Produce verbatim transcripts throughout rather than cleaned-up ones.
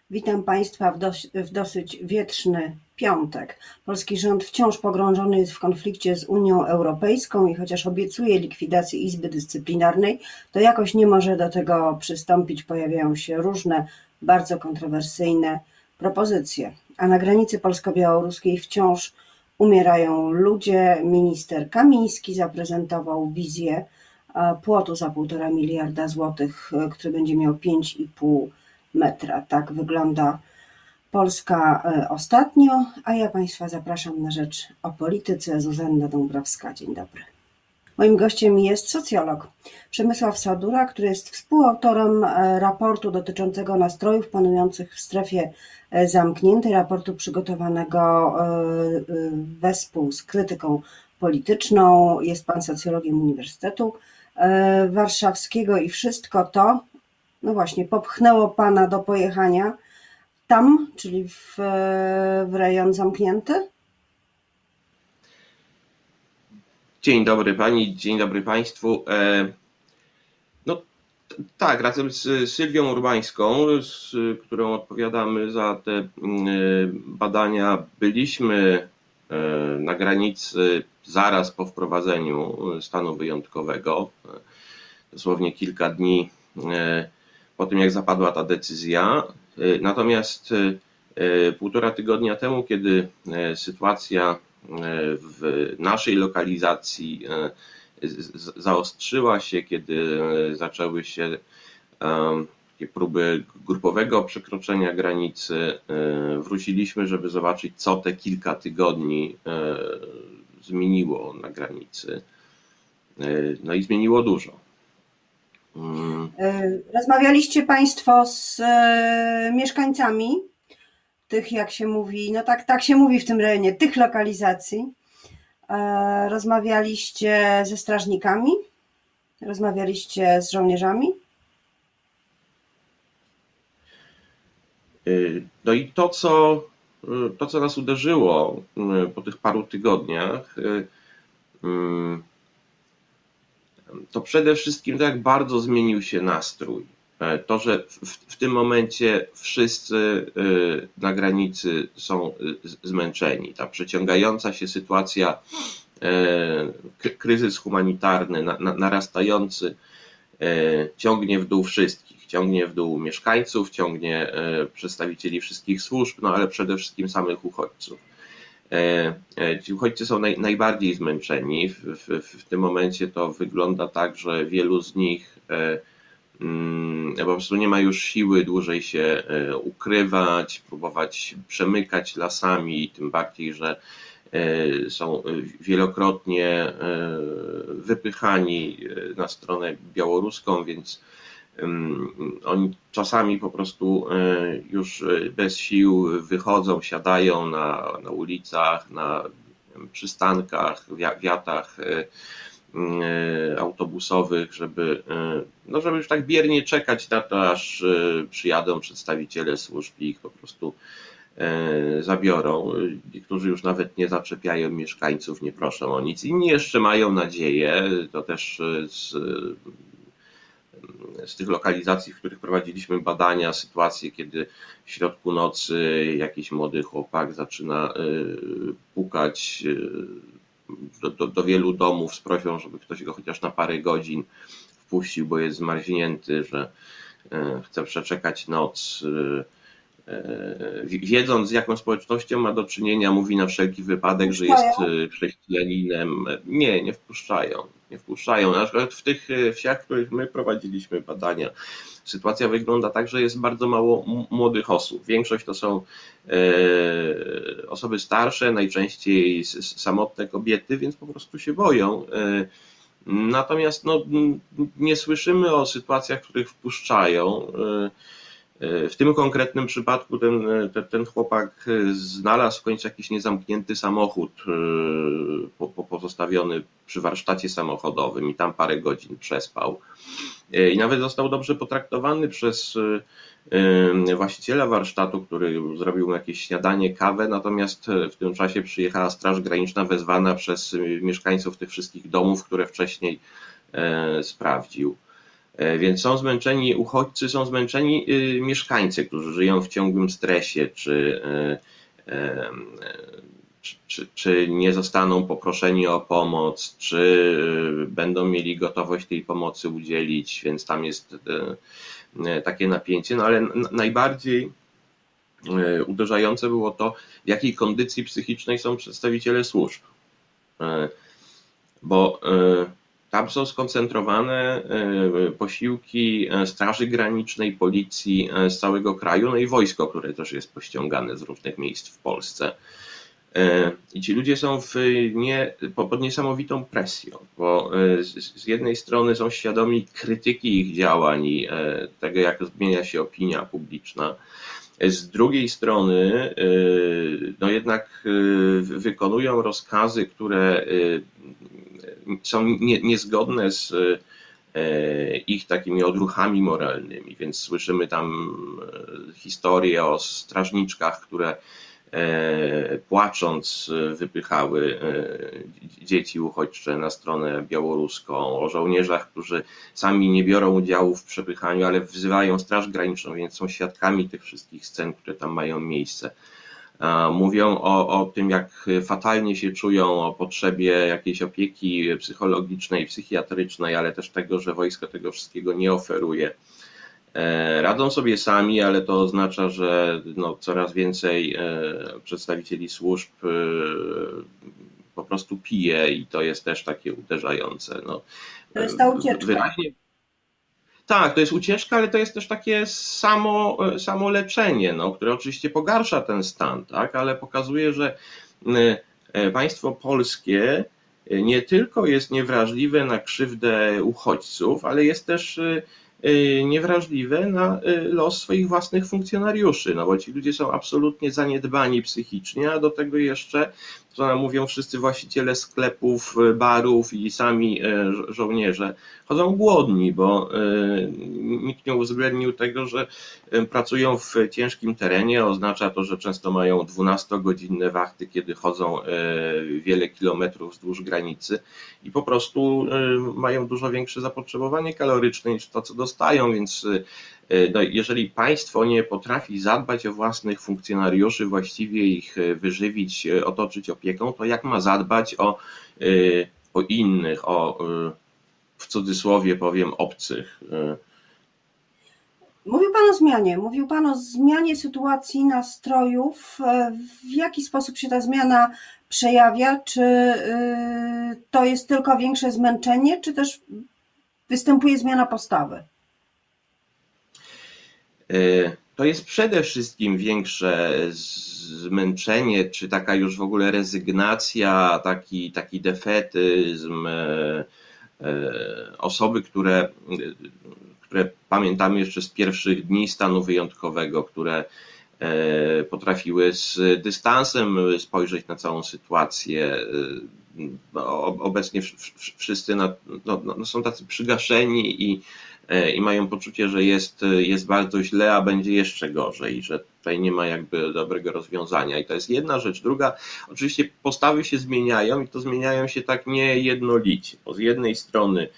Witam Państwa w, dos w dosyć wietrzny piątek. Polski rząd wciąż pogrążony jest w konflikcie z Unią Europejską i chociaż obiecuje likwidację Izby Dyscyplinarnej, to jakoś nie może do tego przystąpić. Pojawiają się różne, bardzo kontrowersyjne propozycje. A na granicy polsko-białoruskiej wciąż umierają ludzie. Minister Kamiński zaprezentował wizję płotu za półtora miliarda złotych, który będzie miał pięć i pół metra. Tak wygląda Polska ostatnio, a ja Państwa zapraszam na Rzecz o Polityce. Zuzanna Dąbrowska, dzień dobry. Moim gościem jest socjolog Przemysław Sadura, który jest współautorem raportu dotyczącego nastrojów panujących w strefie zamkniętej, raportu przygotowanego wespół z krytyką polityczną. Jest Pan socjologiem Uniwersytetu Warszawskiego i wszystko to, no właśnie, popchnęło Pana do pojechania tam, czyli w, w rejon zamknięty? Dzień dobry Pani, dzień dobry Państwu. No tak, razem z Sylwią Urbańską, z którą odpowiadamy za te badania, byliśmy na granicy zaraz po wprowadzeniu stanu wyjątkowego, dosłownie kilka dni po tym, jak zapadła ta decyzja. Natomiast półtora tygodnia temu, kiedy sytuacja w naszej lokalizacji zaostrzyła się, kiedy zaczęły się takie próby grupowego przekroczenia granicy, wróciliśmy, żeby zobaczyć, co te kilka tygodni zmieniło na granicy. No i zmieniło dużo. Rozmawialiście Państwo z mieszkańcami tych, jak się mówi, no tak, tak się mówi w tym rejonie, tych lokalizacji. Rozmawialiście ze strażnikami? Rozmawialiście z żołnierzami? No i to, co, to, co nas uderzyło po tych paru tygodniach, to przede wszystkim to, jak bardzo zmienił się nastrój. To, że w, w tym momencie wszyscy na granicy są zmęczeni. Ta przeciągająca się sytuacja, kryzys humanitarny narastający ciągnie w dół wszystkich. Ciągnie w dół mieszkańców, ciągnie przedstawicieli wszystkich służb, no ale przede wszystkim samych uchodźców. Ci uchodźcy są naj, najbardziej zmęczeni. W, w, w tym momencie to wygląda tak, że wielu z nich po prostu nie ma już siły dłużej się ukrywać, próbować przemykać lasami, tym bardziej, że są wielokrotnie wypychani na stronę białoruską, więc oni czasami po prostu już bez sił wychodzą, siadają na, na ulicach, na przystankach, wiatach autobusowych, żeby, no żeby już tak biernie czekać na to, aż przyjadą przedstawiciele służb i ich po prostu zabiorą. Niektórzy już nawet nie zaczepiają mieszkańców, nie proszą o nic. Inni jeszcze mają nadzieję, to też z z tych lokalizacji, w których prowadziliśmy badania, sytuacje, kiedy w środku nocy jakiś młody chłopak zaczyna pukać do, do, do wielu domów z prośbą, żeby ktoś go chociaż na parę godzin wpuścił, bo jest zmarznięty, że chce przeczekać noc. Wiedząc, z jaką społecznością ma do czynienia, mówi na wszelki wypadek, że jest chrześcijaninem. Nie, nie wpuszczają. Nie wpuszczają. Na przykład w tych wsiach, w których my prowadziliśmy badania, sytuacja wygląda tak, że jest bardzo mało młodych osób. Większość to są osoby starsze, najczęściej samotne kobiety, więc po prostu się boją. Natomiast no, nie słyszymy o sytuacjach, w których wpuszczają. W tym konkretnym przypadku ten, ten, ten chłopak znalazł w końcu jakiś niezamknięty samochód po, po pozostawiony przy warsztacie samochodowym i tam parę godzin przespał. I nawet został dobrze potraktowany przez właściciela warsztatu, który zrobił mu jakieś śniadanie, kawę, natomiast w tym czasie przyjechała Straż Graniczna wezwana przez mieszkańców tych wszystkich domów, które wcześniej sprawdził. Więc są zmęczeni uchodźcy, są zmęczeni mieszkańcy, którzy żyją w ciągłym stresie, czy, czy, czy, czy nie zostaną poproszeni o pomoc, czy będą mieli gotowość tej pomocy udzielić, więc tam jest takie napięcie. No ale najbardziej uderzające było to, w jakiej kondycji psychicznej są przedstawiciele służb. Bo tam są skoncentrowane posiłki Straży Granicznej, policji z całego kraju, no i wojsko, które też jest pościągane z różnych miejsc w Polsce. I ci ludzie są w nie, pod niesamowitą presją, bo z jednej strony są świadomi krytyki ich działań i tego, jak zmienia się opinia publiczna. Z drugiej strony, no jednak wykonują rozkazy, które są nie, niezgodne z ich takimi odruchami moralnymi, więc słyszymy tam historie o strażniczkach, które płacząc wypychały dzieci uchodźcze na stronę białoruską, o żołnierzach, którzy sami nie biorą udziału w przepychaniu, ale wzywają Straż Graniczną, więc są świadkami tych wszystkich scen, które tam mają miejsce. Mówią o, o tym, jak fatalnie się czują, o potrzebie jakiejś opieki psychologicznej, psychiatrycznej, ale też tego, że wojsko tego wszystkiego nie oferuje. Radzą sobie sami, ale to oznacza, że no, coraz więcej przedstawicieli służb po prostu pije i to jest też takie uderzające. No, to jest ta ucieczka. Wyraźnie... Tak, to jest ucieczka, ale to jest też takie samo, samo leczenie, no, które oczywiście pogarsza ten stan, tak, ale pokazuje, że państwo polskie nie tylko jest niewrażliwe na krzywdę uchodźców, ale jest też niewrażliwe na los swoich własnych funkcjonariuszy, no bo ci ludzie są absolutnie zaniedbani psychicznie, a do tego jeszcze, co nam mówią wszyscy właściciele sklepów, barów i sami żołnierze, chodzą głodni, bo nikt nie uwzględnił tego, że pracują w ciężkim terenie, oznacza to, że często mają dwunastogodzinne wachty, kiedy chodzą wiele kilometrów wzdłuż granicy i po prostu mają dużo większe zapotrzebowanie kaloryczne niż to, co dostają, więc no, jeżeli państwo nie potrafi zadbać o własnych funkcjonariuszy, właściwie ich wyżywić, otoczyć opieką, to jak ma zadbać o, o innych, o w cudzysłowie powiem obcych? Mówił Pan o zmianie, mówił Pan o zmianie sytuacji, nastrojów. W jaki sposób się ta zmiana przejawia? Czy to jest tylko większe zmęczenie, czy też występuje zmiana postawy? To jest przede wszystkim większe zmęczenie, czy taka już w ogóle rezygnacja, taki, taki defetyzm. Osoby, które, które pamiętamy jeszcze z pierwszych dni stanu wyjątkowego, które potrafiły z dystansem spojrzeć na całą sytuację. Obecnie wszyscy na, no, no, są tacy przygaszeni i, i mają poczucie, że jest, jest bardzo źle, a będzie jeszcze gorzej, że tutaj nie ma jakby dobrego rozwiązania. I to jest jedna rzecz. Druga, oczywiście postawy się zmieniają i to zmieniają się tak niejednolicie. Bo z jednej strony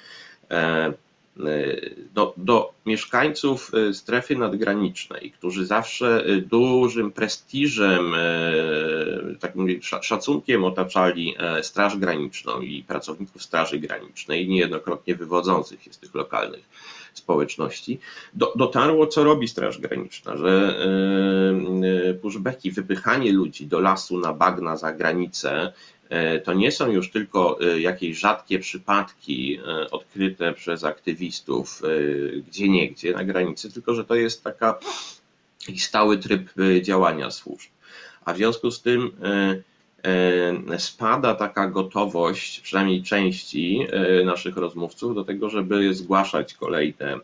do, do mieszkańców strefy nadgranicznej, którzy zawsze dużym prestiżem, takim szacunkiem otaczali Straż Graniczną i pracowników Straży Granicznej, niejednokrotnie wywodzących się z tych lokalnych społeczności, do, dotarło, co robi Straż Graniczna, że pushbacki, wypychanie ludzi do lasu na bagna za granicę, to nie są już tylko jakieś rzadkie przypadki odkryte przez aktywistów gdzieniegdzie na granicy, tylko że to jest taka stały tryb działania służb. A w związku z tym spada taka gotowość, przynajmniej części naszych rozmówców, do tego, żeby zgłaszać kolejne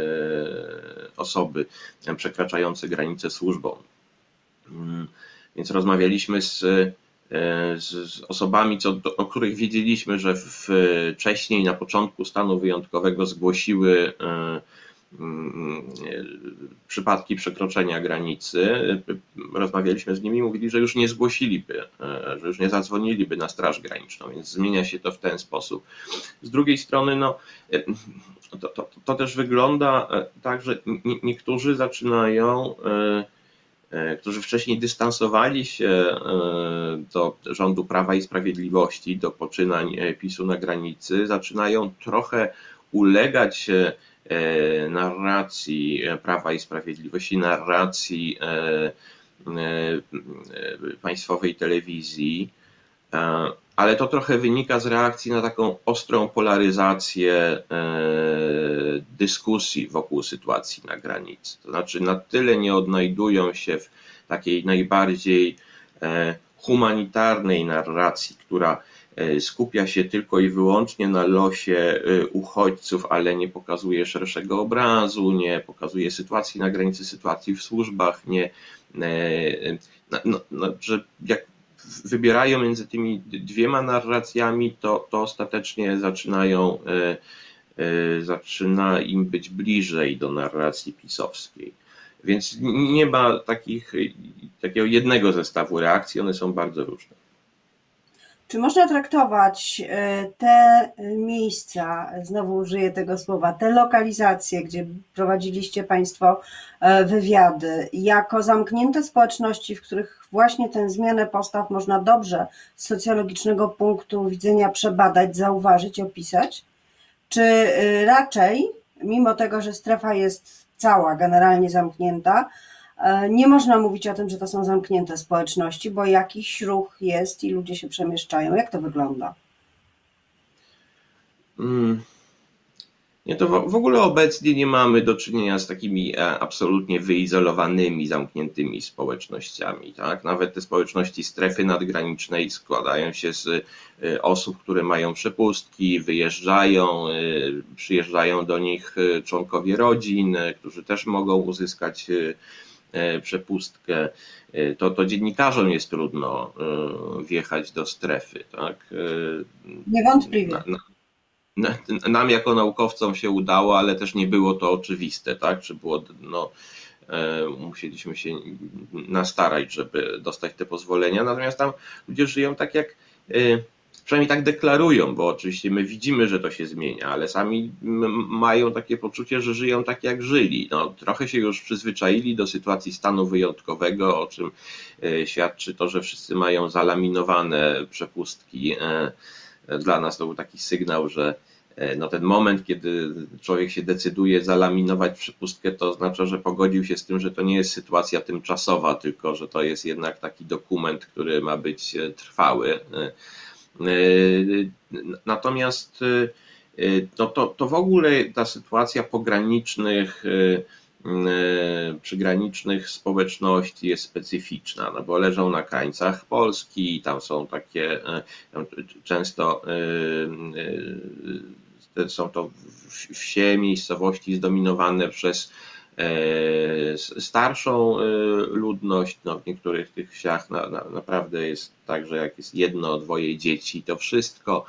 osoby przekraczające granicę służbą. Więc rozmawialiśmy z z osobami, co, o których wiedzieliśmy, że wcześniej na początku stanu wyjątkowego zgłosiły przypadki przekroczenia granicy. rozmawialiśmy z nimi, mówili, że już nie zgłosiliby, że już nie zadzwoniliby na Straż Graniczną, więc zmienia się to w ten sposób. Z drugiej strony, no, to, to, to też wygląda tak, że niektórzy zaczynają, którzy wcześniej dystansowali się do rządu Prawa i Sprawiedliwości, do poczynań PiSu na granicy, zaczynają trochę ulegać narracji Prawa i Sprawiedliwości, narracji państwowej telewizji, ale to trochę wynika z reakcji na taką ostrą polaryzację dyskusji wokół sytuacji na granicy. To znaczy na tyle nie odnajdują się w takiej najbardziej humanitarnej narracji, która skupia się tylko i wyłącznie na losie uchodźców, ale nie pokazuje szerszego obrazu, nie pokazuje sytuacji na granicy, sytuacji w służbach, nie, no, no, że jak wybierają między tymi dwiema narracjami, to, to ostatecznie zaczynają, zaczyna im być bliżej do narracji pisowskiej. Więc nie ma takich, takiego jednego zestawu reakcji, one są bardzo różne. Czy można traktować te miejsca, znowu użyję tego słowa, te lokalizacje, gdzie prowadziliście Państwo wywiady, jako zamknięte społeczności, w których właśnie tę zmianę postaw można dobrze z socjologicznego punktu widzenia przebadać, zauważyć, opisać? Czy raczej, mimo tego, że strefa jest cała generalnie zamknięta, nie można mówić o tym, że to są zamknięte społeczności, bo jakiś ruch jest i ludzie się przemieszczają. Jak to wygląda? Hmm. Nie, to w ogóle obecnie nie mamy do czynienia z takimi absolutnie wyizolowanymi, zamkniętymi społecznościami. Tak? Nawet te społeczności strefy nadgranicznej składają się z osób, które mają przepustki, wyjeżdżają, przyjeżdżają do nich członkowie rodzin, którzy też mogą uzyskać przepustkę. To, to dziennikarzom jest trudno wjechać do strefy. Tak? Niewątpliwie. Na, na, Nam jako naukowcom się udało, ale też nie było to oczywiste, tak? Czy było, no, musieliśmy się nastarać, żeby dostać te pozwolenia, natomiast tam ludzie żyją tak jak, przynajmniej tak deklarują, bo oczywiście my widzimy, że to się zmienia, ale sami mają takie poczucie, że żyją tak jak żyli. No, trochę się już przyzwyczaili do sytuacji stanu wyjątkowego, o czym świadczy to, że wszyscy mają zalaminowane przepustki. Dla nas to był taki sygnał, że no ten moment, kiedy człowiek się decyduje zalaminować przepustkę, to oznacza, że pogodził się z tym, że to nie jest sytuacja tymczasowa, tylko że to jest jednak taki dokument, który ma być trwały. Natomiast no to, to w ogóle ta sytuacja pogranicznych, przygranicznych społeczności jest specyficzna, no bo leżą na krańcach Polski, tam są takie, tam często są to wsie, miejscowości zdominowane przez starszą ludność. No w niektórych tych wsiach na, na, naprawdę jest tak, że jak jest jedno, dwoje dzieci, to wszystko.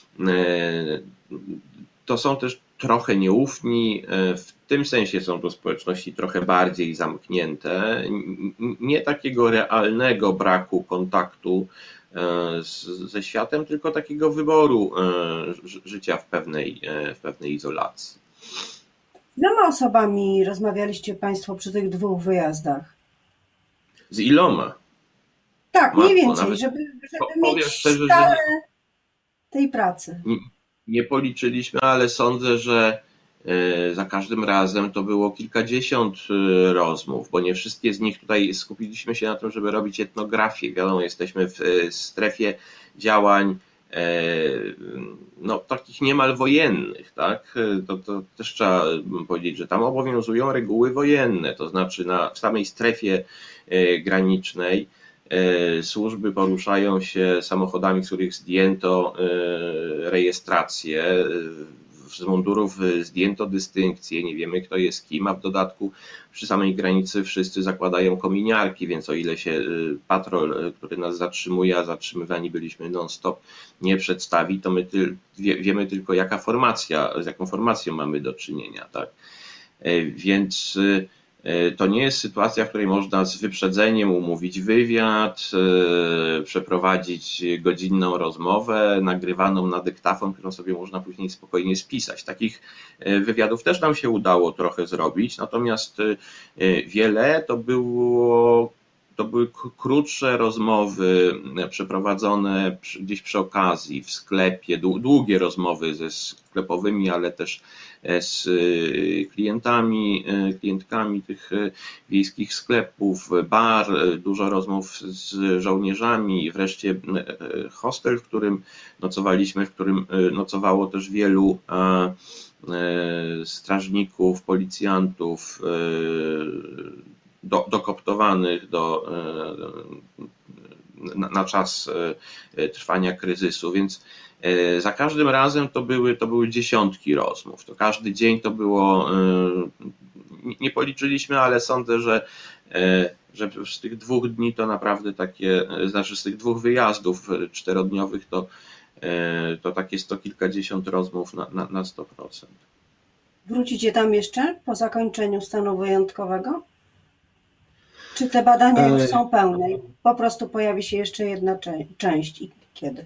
To są też trochę nieufni, w tym sensie są to społeczności trochę bardziej zamknięte, nie takiego realnego braku kontaktu z, ze światem, tylko takiego wyboru życia w pewnej, w pewnej izolacji. Z iloma osobami rozmawialiście Państwo przy tych dwóch wyjazdach? Z iloma? Tak, mniej więcej, nawet, żeby, żeby mieć szczerze, skalę nie, tej pracy. Nie, nie policzyliśmy, ale sądzę, że za każdym razem to było kilkadziesiąt rozmów, bo nie wszystkie z nich tutaj skupiliśmy się na tym, żeby robić etnografię. Wiadomo, jesteśmy w strefie działań no, takich niemal wojennych, tak? To, to też trzeba powiedzieć, że tam obowiązują reguły wojenne, to znaczy na, w samej strefie granicznej służby poruszają się samochodami, z których zdjęto rejestrację, z mundurów zdjęto dystynkcję, nie wiemy kto jest kim, a w dodatku przy samej granicy wszyscy zakładają kominiarki, więc o ile się patrol, który nas zatrzymuje, a zatrzymywani byliśmy non-stop, nie przedstawi, to my ty, wie, wiemy tylko jaka formacja, z jaką formacją mamy do czynienia, tak? Więc To nie jest sytuacja, w której można z wyprzedzeniem umówić wywiad, przeprowadzić godzinną rozmowę nagrywaną na dyktafon, którą sobie można później spokojnie spisać. Takich wywiadów też nam się udało trochę zrobić, natomiast wiele to było To były krótsze rozmowy przeprowadzone gdzieś przy okazji, w sklepie, długie rozmowy ze sklepowymi, ale też z klientami, klientkami tych wiejskich sklepów, bar, dużo rozmów z żołnierzami, wreszcie hostel, w którym nocowaliśmy, w którym nocowało też wielu strażników, policjantów, Do, dokoptowanych do, na, na czas trwania kryzysu, więc za każdym razem to były, to były dziesiątki rozmów. To każdy dzień to było, nie policzyliśmy, ale sądzę, że, że z tych dwóch dni to naprawdę takie, znaczy z tych dwóch wyjazdów czterodniowych to, to takie sto kilkadziesiąt rozmów na, na, na sto procent. Wrócicie tam jeszcze po zakończeniu stanu wyjątkowego? Czy te badania już są pełne i po prostu pojawi się jeszcze jedna część i kiedy?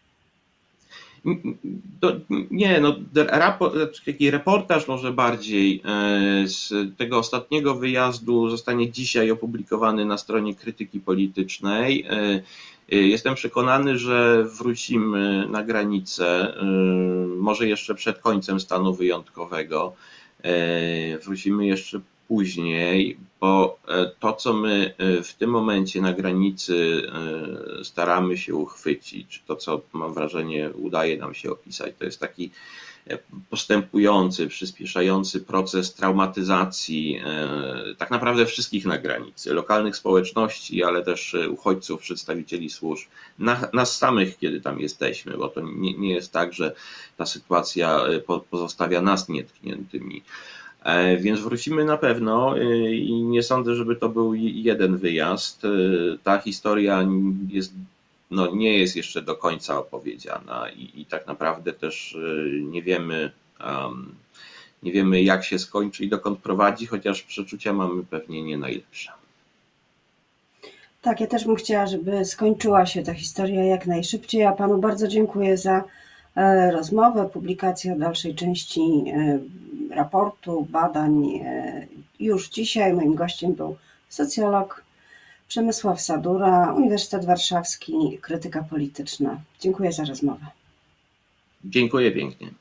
To, nie, no raport, taki reportaż może bardziej z tego ostatniego wyjazdu zostanie dzisiaj opublikowany na stronie Krytyki Politycznej. Jestem przekonany, że wrócimy na granicę, może jeszcze przed końcem stanu wyjątkowego. Wrócimy jeszcze później, bo to, co my w tym momencie na granicy staramy się uchwycić, to, co mam wrażenie udaje nam się opisać, to jest taki postępujący, przyspieszający proces traumatyzacji tak naprawdę wszystkich na granicy, lokalnych społeczności, ale też uchodźców, przedstawicieli służb, nas samych, kiedy tam jesteśmy, bo to nie, nie jest tak, że ta sytuacja pozostawia nas nietkniętymi. Więc wrócimy na pewno i nie sądzę, żeby to był jeden wyjazd. Ta historia jest, no, nie jest jeszcze do końca opowiedziana i, i tak naprawdę też nie wiemy, um, nie wiemy jak się skończy i dokąd prowadzi, chociaż przeczucia mamy pewnie nie najlepsze. Tak, ja też bym chciała, żeby skończyła się ta historia jak najszybciej. Ja panu bardzo dziękuję za rozmowę, publikację dalszej części raportu, badań. Już dzisiaj moim gościem był socjolog Przemysław Sadura, Uniwersytet Warszawski, Krytyka Polityczna. Dziękuję za rozmowę. Dziękuję pięknie.